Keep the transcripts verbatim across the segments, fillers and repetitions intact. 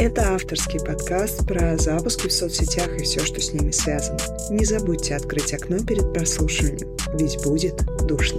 Это авторский подкаст про запуски в соцсетях и все, что с ними связано. Не забудьте открыть окно перед прослушиванием, ведь будет душно.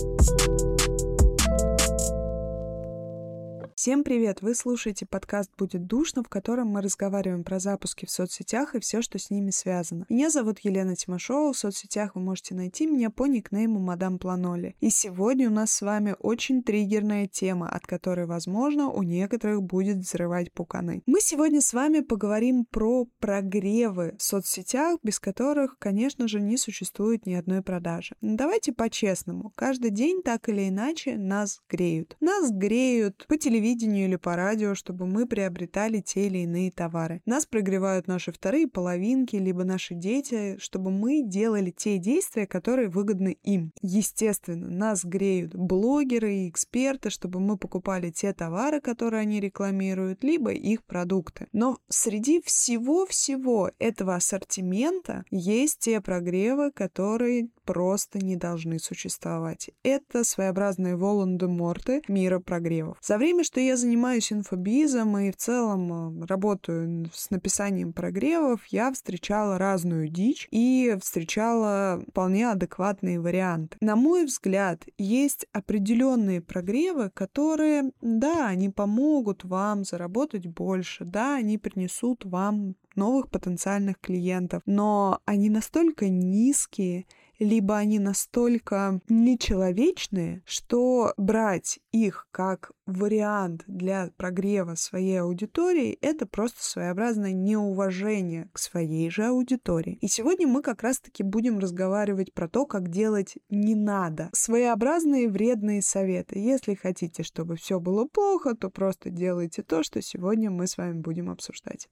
Всем привет! Вы слушаете подкаст «Будет душно», в котором мы разговариваем про запуски в соцсетях и все, что с ними связано. Меня зовут Елена Тимошова, в соцсетях вы можете найти меня по никнейму Мадам Планоли. И сегодня у нас с вами очень триггерная тема, от которой, возможно, у некоторых будет взрывать пуканы. Мы сегодня с вами поговорим про прогревы в соцсетях, без которых, конечно же, не существует ни одной продажи. Но давайте по-честному. Каждый день так или иначе нас греют. Нас греют по телевизору, или по радио, чтобы мы приобретали те или иные товары. Нас прогревают наши вторые половинки, либо наши дети, чтобы мы делали те действия, которые выгодны им. Естественно, нас греют блогеры и эксперты, чтобы мы покупали те товары, которые они рекламируют, либо их продукты. Но среди всего-всего этого ассортимента есть те прогревы, которые просто не должны существовать. Это своеобразные Волан-де-Морты мира прогревов. За время, что я занимаюсь инфобизом и в целом работаю с написанием прогревов, я встречала разную дичь и встречала вполне адекватные варианты. На мой взгляд, есть определенные прогревы, которые, да, они помогут вам заработать больше, да, они принесут вам новых потенциальных клиентов, но они настолько низкие, либо они настолько нечеловечные, что брать их как вариант для прогрева своей аудитории — это просто своеобразное неуважение к своей же аудитории. И сегодня мы как раз-таки будем разговаривать про то, как делать не надо. Своеобразные вредные советы. Если хотите, чтобы все было плохо, то просто делайте то, что сегодня мы с вами будем обсуждать.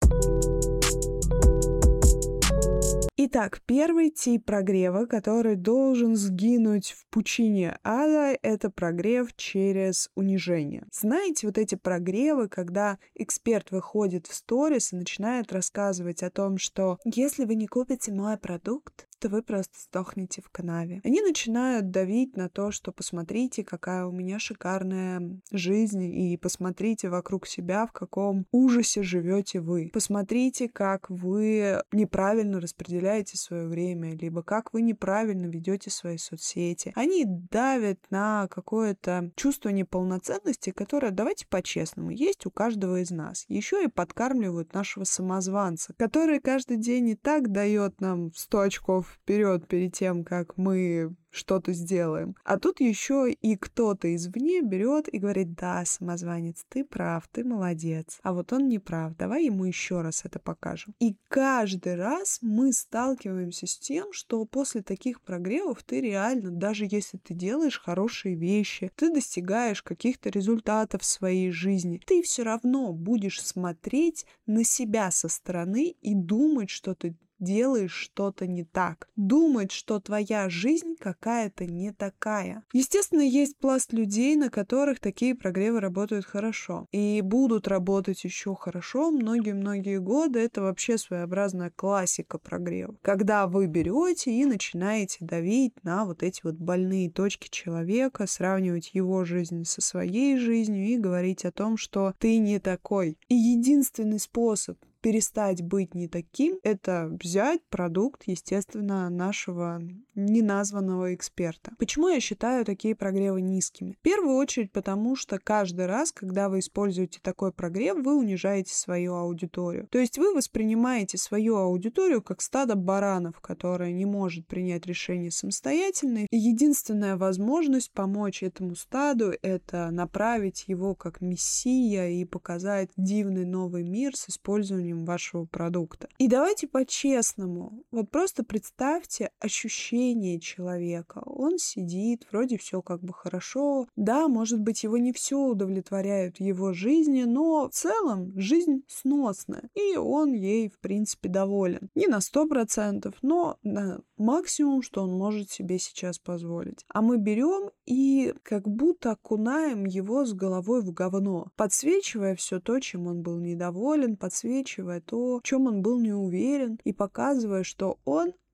Итак, первый тип прогрева, который должен сгинуть в пучине ада, это прогрев через унижение. Знаете, вот эти прогревы, когда эксперт выходит в сторис и начинает рассказывать о том, что если вы не купите мой продукт, то вы просто сдохнете в канаве. Они начинают давить на то, что посмотрите, какая у меня шикарная жизнь, и посмотрите вокруг себя, в каком ужасе живете вы. Посмотрите, как вы неправильно распределяете свое время, либо как вы неправильно ведете свои соцсети. Они давят на какое-то чувство неполноценности, которое, давайте по-честному, есть у каждого из нас. Еще и подкармливают нашего самозванца, который каждый день и так дает нам сто очков вперед перед тем, как мы что-то сделаем. А тут еще и кто-то извне берет и говорит: да, самозванец, ты прав, ты молодец. А вот он не прав, давай ему еще раз это покажем. И каждый раз мы сталкиваемся с тем, что после таких прогревов ты реально, даже если ты делаешь хорошие вещи, ты достигаешь каких-то результатов в своей жизни, ты все равно будешь смотреть на себя со стороны и думать, что ты делаешь что-то не так. Думать, что твоя жизнь какая-то не такая. Естественно, есть пласт людей, на которых такие прогревы работают хорошо. И будут работать еще хорошо многие-многие годы. Это вообще своеобразная классика прогрева. Когда вы берете и начинаете давить на вот эти вот больные точки человека, сравнивать его жизнь со своей жизнью и говорить о том, что ты не такой. И единственный способ перестать быть не таким — это взять продукт, естественно, нашего неназванного эксперта. Почему я считаю такие прогревы низкими? В первую очередь потому, что каждый раз, когда вы используете такой прогрев, вы унижаете свою аудиторию. То есть вы воспринимаете свою аудиторию как стадо баранов, которое не может принять решение самостоятельно. И единственная возможность помочь этому стаду — это направить его как мессия и показать дивный новый мир с использованием вашего продукта. И давайте по-честному. Вот просто представьте ощущение человека. Он сидит, вроде все как бы хорошо. Да, может быть, его не все удовлетворяет в его жизни, но в целом жизнь сносная. И он ей, в принципе, доволен. Не на сто процентов, но на максимум, что он может себе сейчас позволить. А мы берем и как будто окунаем его с головой в говно, подсвечивая все то, чем он был недоволен, подсвечивая то, в чем он был не уверен, и показывая, что он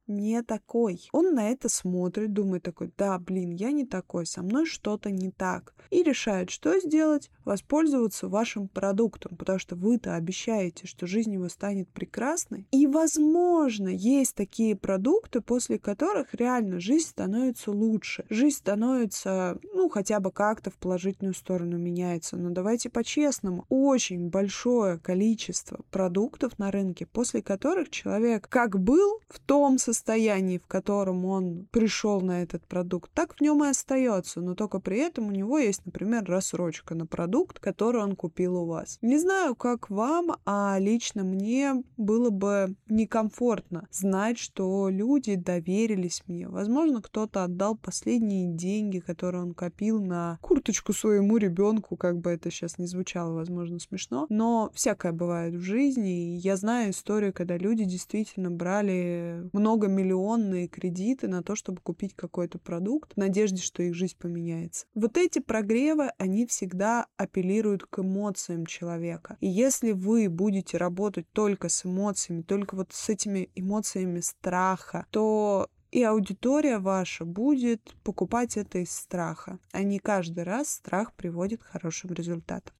не такой. Он на это смотрит, думает такой: да, блин, я не такой, со мной что-то не так. И решает, что сделать? Воспользоваться вашим продуктом, потому что вы-то обещаете, что жизнь его станет прекрасной. И, возможно, есть такие продукты, после которых реально жизнь становится лучше. Жизнь становится, ну, хотя бы как-то в положительную сторону меняется. Но давайте по-честному. Очень большое количество продуктов на рынке, после которых человек как был в том состоянии, в котором он пришел на этот продукт, так в нем и остается. Но только при этом у него есть, например, рассрочка на продукт, который он купил у вас. Не знаю, как вам, а лично мне было бы некомфортно знать, что люди доверились мне. Возможно, кто-то отдал последние деньги, которые он копил на курточку своему ребенку, как бы это сейчас не звучало, возможно, смешно, но всякое бывает в жизни, и я знаю историю, когда люди действительно брали многомиллионные кредиты на то, чтобы купить какой-то продукт в надежде, что их жизнь поменяется. Вот эти прогревы, они всегда апеллируют к эмоциям человека. И если вы будете работать только с эмоциями, только вот с этими эмоциями страха, то и аудитория ваша будет покупать это из страха, а не каждый раз страх приводит к хорошим результатам.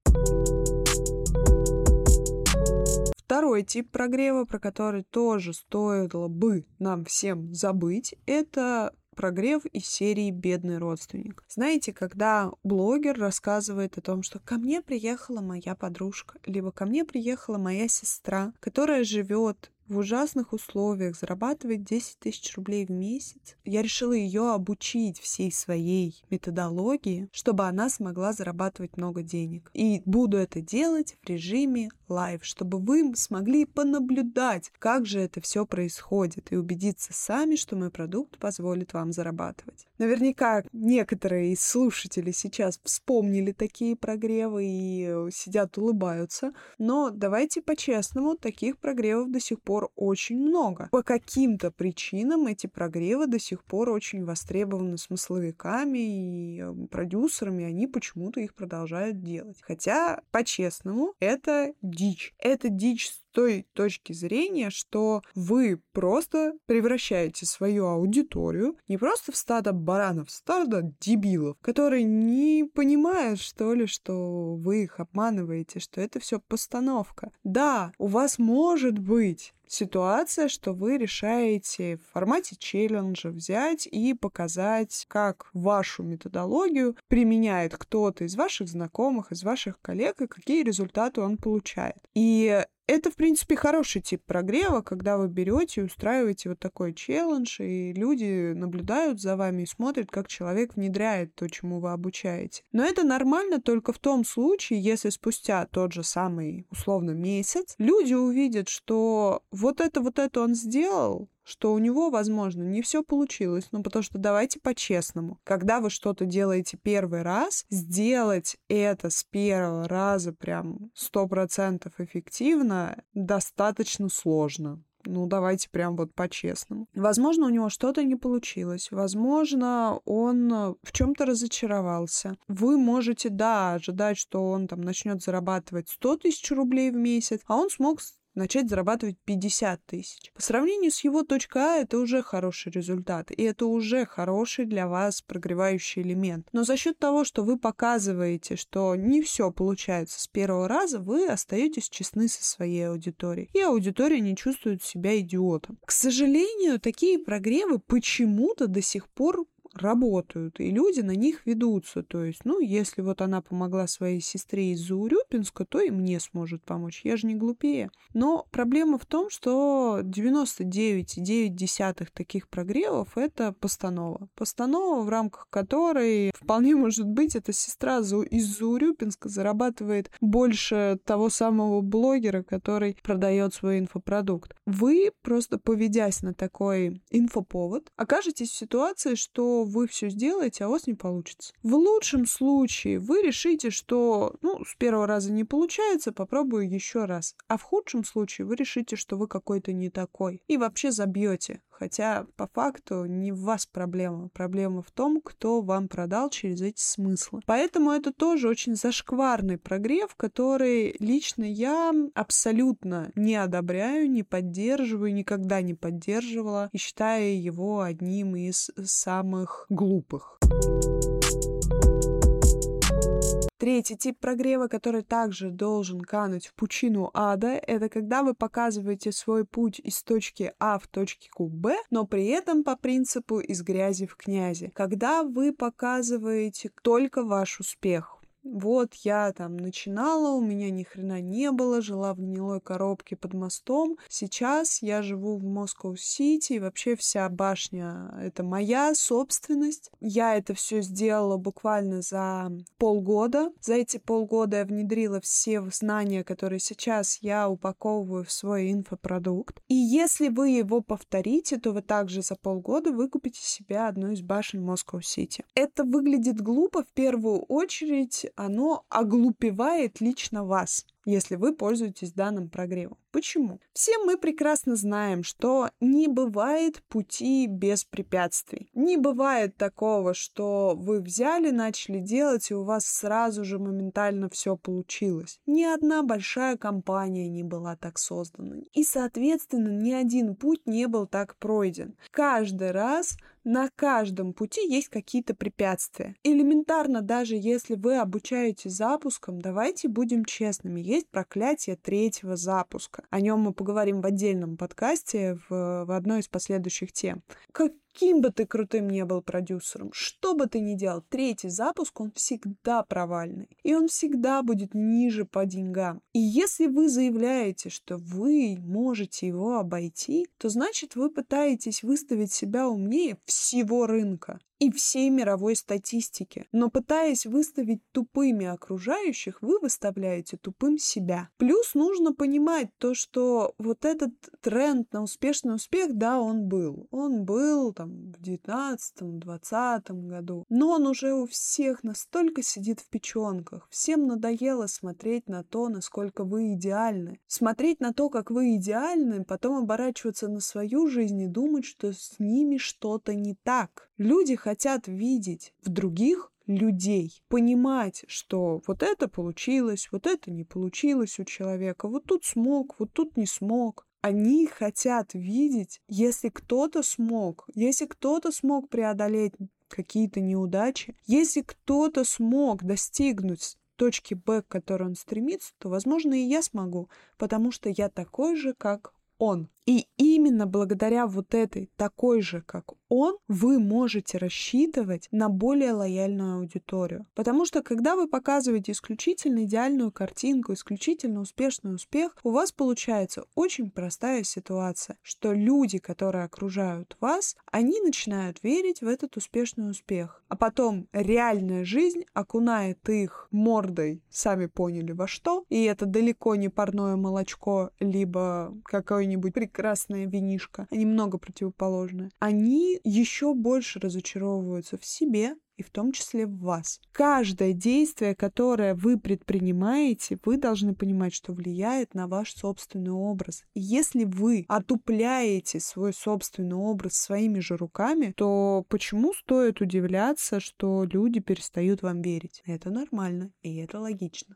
Второй тип прогрева, про который тоже стоило бы нам всем забыть, это прогрев из серии «Бедный родственник». Знаете, когда блогер рассказывает о том, что ко мне приехала моя подружка, либо ко мне приехала моя сестра, которая живет в ужасных условиях, зарабатывает десять тысяч рублей в месяц. Я решила ее обучить всей своей методологии, чтобы она смогла зарабатывать много денег. И буду это делать в режиме лайв, чтобы вы смогли понаблюдать, как же это все происходит, и убедиться сами, что мой продукт позволит вам зарабатывать. Наверняка некоторые из слушателей сейчас вспомнили такие прогревы и сидят, улыбаются, но давайте по-честному, таких прогревов до сих пор очень много. По каким-то причинам эти прогревы до сих пор очень востребованы смысловиками и продюсерами, они почему-то их продолжают делать. Хотя, по-честному, это дичь. Это дичь с той точки зрения, что вы просто превращаете свою аудиторию не просто в стадо баранов, в стадо дебилов, которые не понимают, что ли, что вы их обманываете, что это все постановка. Да, у вас может быть ситуация, что вы решаете в формате челленджа взять и показать, как вашу методологию применяет кто-то из ваших знакомых, из ваших коллег, и какие результаты он получает. И это, в принципе, хороший тип прогрева, когда вы берете и устраиваете вот такой челлендж, и люди наблюдают за вами и смотрят, как человек внедряет то, чему вы обучаете. Но это нормально только в том случае, если спустя тот же самый, условно, месяц люди увидят, что вот это, вот это он сделал, что у него, возможно, не все получилось. Ну, потому что давайте по-честному. Когда вы что-то делаете первый раз, сделать это с первого раза прям сто процентов эффективно достаточно сложно. Ну, давайте прям вот по-честному. Возможно, у него что-то не получилось. Возможно, он в чем-то разочаровался. Вы можете, да, ожидать, что он там начнет зарабатывать сто тысяч рублей в месяц, а он смог начать зарабатывать пятьдесят тысяч. По сравнению с его точкой А это уже хороший результат, и это уже хороший для вас прогревающий элемент. Но за счет того, что вы показываете, что не все получается с первого раза, вы остаетесь честны со своей аудиторией, и аудитория не чувствует себя идиотом. К сожалению, такие прогревы почему-то до сих пор работают, и люди на них ведутся. То есть, ну, если вот она помогла своей сестре из Заурюпинска, то и мне сможет помочь. Я же не глупее. Но проблема в том, что девяносто девять целых девять десятых таких прогревов — это постанова. Постанова, в рамках которой, вполне может быть, эта сестра из Заурюпинска зарабатывает больше того самого блогера, который продает свой инфопродукт. Вы, просто поведясь на такой инфоповод, окажетесь в ситуации, что вы все сделаете, а у вас не получится. В лучшем случае вы решите, что, ну, с первого раза не получается, попробую еще раз. А в худшем случае вы решите, что вы какой-то не такой. И вообще забьете. Хотя по факту не в вас проблема. Проблема в том, кто вам продал через эти смыслы. Поэтому это тоже очень зашкварный прогрев, который лично я абсолютно не одобряю, не поддерживаю, никогда не поддерживала и считаю его одним из самых глупых. Третий тип прогрева, который также должен кануть в пучину ада, это когда вы показываете свой путь из точки А в точку Б, но при этом по принципу из грязи в князи. Когда вы показываете только ваш успех. Вот я там начинала, у меня ни хрена не было, жила в гнилой коробке под мостом. Сейчас я живу в Москва-Сити, и вообще вся башня — это моя собственность. Я это все сделала буквально за полгода. За эти полгода я внедрила все знания, которые сейчас я упаковываю в свой инфопродукт. И если вы его повторите, то вы также за полгода выкупите себе одну из башен Москва-Сити. Это выглядит глупо в первую очередь. Оно оглупевает лично вас, если вы пользуетесь данным прогревом. Почему? Все мы прекрасно знаем, что не бывает пути без препятствий. Не бывает такого, что вы взяли, начали делать, и у вас сразу же моментально все получилось. Ни одна большая компания не была так создана. И, соответственно, ни один путь не был так пройден. Каждый раз на каждом пути есть какие-то препятствия. Элементарно, даже если вы обучаетесь запускам, давайте будем честными, есть проклятие третьего запуска. О нем мы поговорим в отдельном подкасте в, в одной из последующих тем. Каким бы ты крутым не был продюсером, что бы ты ни делал, третий запуск, он всегда провальный. И он всегда будет ниже по деньгам. И если вы заявляете, что вы можете его обойти, то значит вы пытаетесь выставить себя умнее всего рынка и всей мировой статистики. Но пытаясь выставить тупыми окружающих, вы выставляете тупым себя. Плюс нужно понимать то, что вот этот тренд на успешный успех, да, он был. Он был там в девятнадцатом-двадцатом году. Но он уже у всех настолько сидит в печенках. Всем надоело смотреть на то, насколько вы идеальны. Смотреть на то, как вы идеальны, потом оборачиваться на свою жизнь и думать, что с ними что-то не так. Люди хотят видеть в других людей, понимать, что вот это получилось, вот это не получилось у человека, вот тут смог, вот тут не смог. Они хотят видеть, если кто-то смог, если кто-то смог преодолеть какие-то неудачи, если кто-то смог достигнуть точки Б, к которой он стремится, то, возможно, и я смогу, потому что я такой же, как он. И именно благодаря вот этой такой же, как он, вы можете рассчитывать на более лояльную аудиторию. Потому что, когда вы показываете исключительно идеальную картинку, исключительно успешный успех, у вас получается очень простая ситуация, что люди, которые окружают вас, они начинают верить в этот успешный успех. А потом реальная жизнь окунает их мордой, сами поняли во что, и это далеко не парное молочко, либо какое-нибудь прекрасное винишко, они много противоположные. Они еще больше разочаровываются в себе и в том числе в вас. Каждое действие, которое вы предпринимаете, вы должны понимать, что влияет на ваш собственный образ. И если вы отупляете свой собственный образ своими же руками, то почему стоит удивляться, что люди перестают вам верить? Это нормально, и это логично.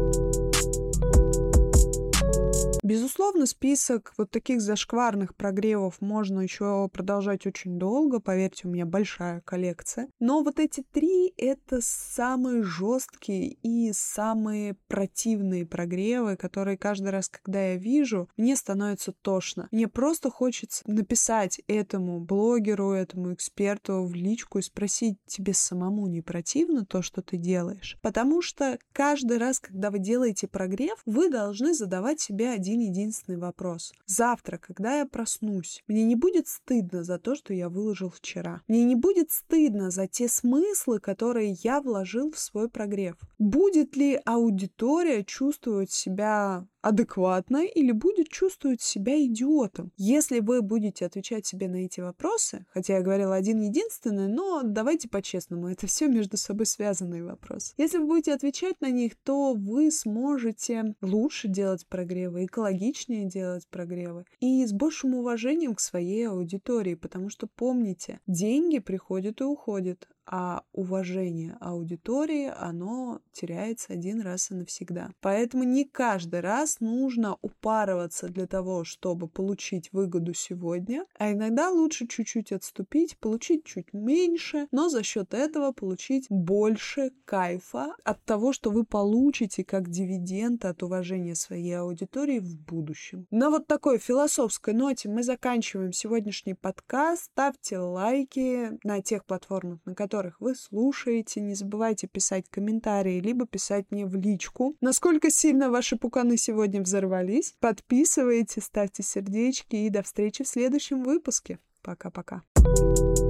Безусловно, список вот таких зашкварных прогревов можно еще продолжать очень долго, поверьте, у меня большая коллекция. Но вот эти три — это самые жесткие и самые противные прогревы, которые каждый раз, когда я вижу, мне становится тошно. Мне просто хочется написать этому блогеру, этому эксперту в личку и спросить: тебе самому не противно то, что ты делаешь? Потому что каждый раз, когда вы делаете прогрев, вы должны задавать себе один единственный вопрос. Завтра, когда я проснусь, мне не будет стыдно за то, что я выложил вчера. Мне не будет стыдно за те смыслы, которые я вложил в свой прогрев. Будет ли аудитория чувствовать себя адекватно или будет чувствовать себя идиотом. Если вы будете отвечать себе на эти вопросы, хотя я говорила один единственный, но давайте по-честному, это все между собой связанные вопросы. Если вы будете отвечать на них, то вы сможете лучше делать прогревы, экологичнее делать прогревы и с большим уважением к своей аудитории, потому что помните, деньги приходят и уходят, а уважение аудитории, оно теряется один раз и навсегда. Поэтому не каждый раз нужно упарываться для того, чтобы получить выгоду сегодня, а иногда лучше чуть-чуть отступить, получить чуть меньше, но за счет этого получить больше кайфа от того, что вы получите как дивиденд от уважения своей аудитории в будущем. На вот такой философской ноте мы заканчиваем сегодняшний подкаст. Ставьте лайки на тех платформах, на которых вы слушаете. Не забывайте писать комментарии, либо писать мне в личку, насколько сильно ваши пуканы сегодня взорвались. Подписывайтесь, ставьте сердечки и до встречи в следующем выпуске. Пока-пока.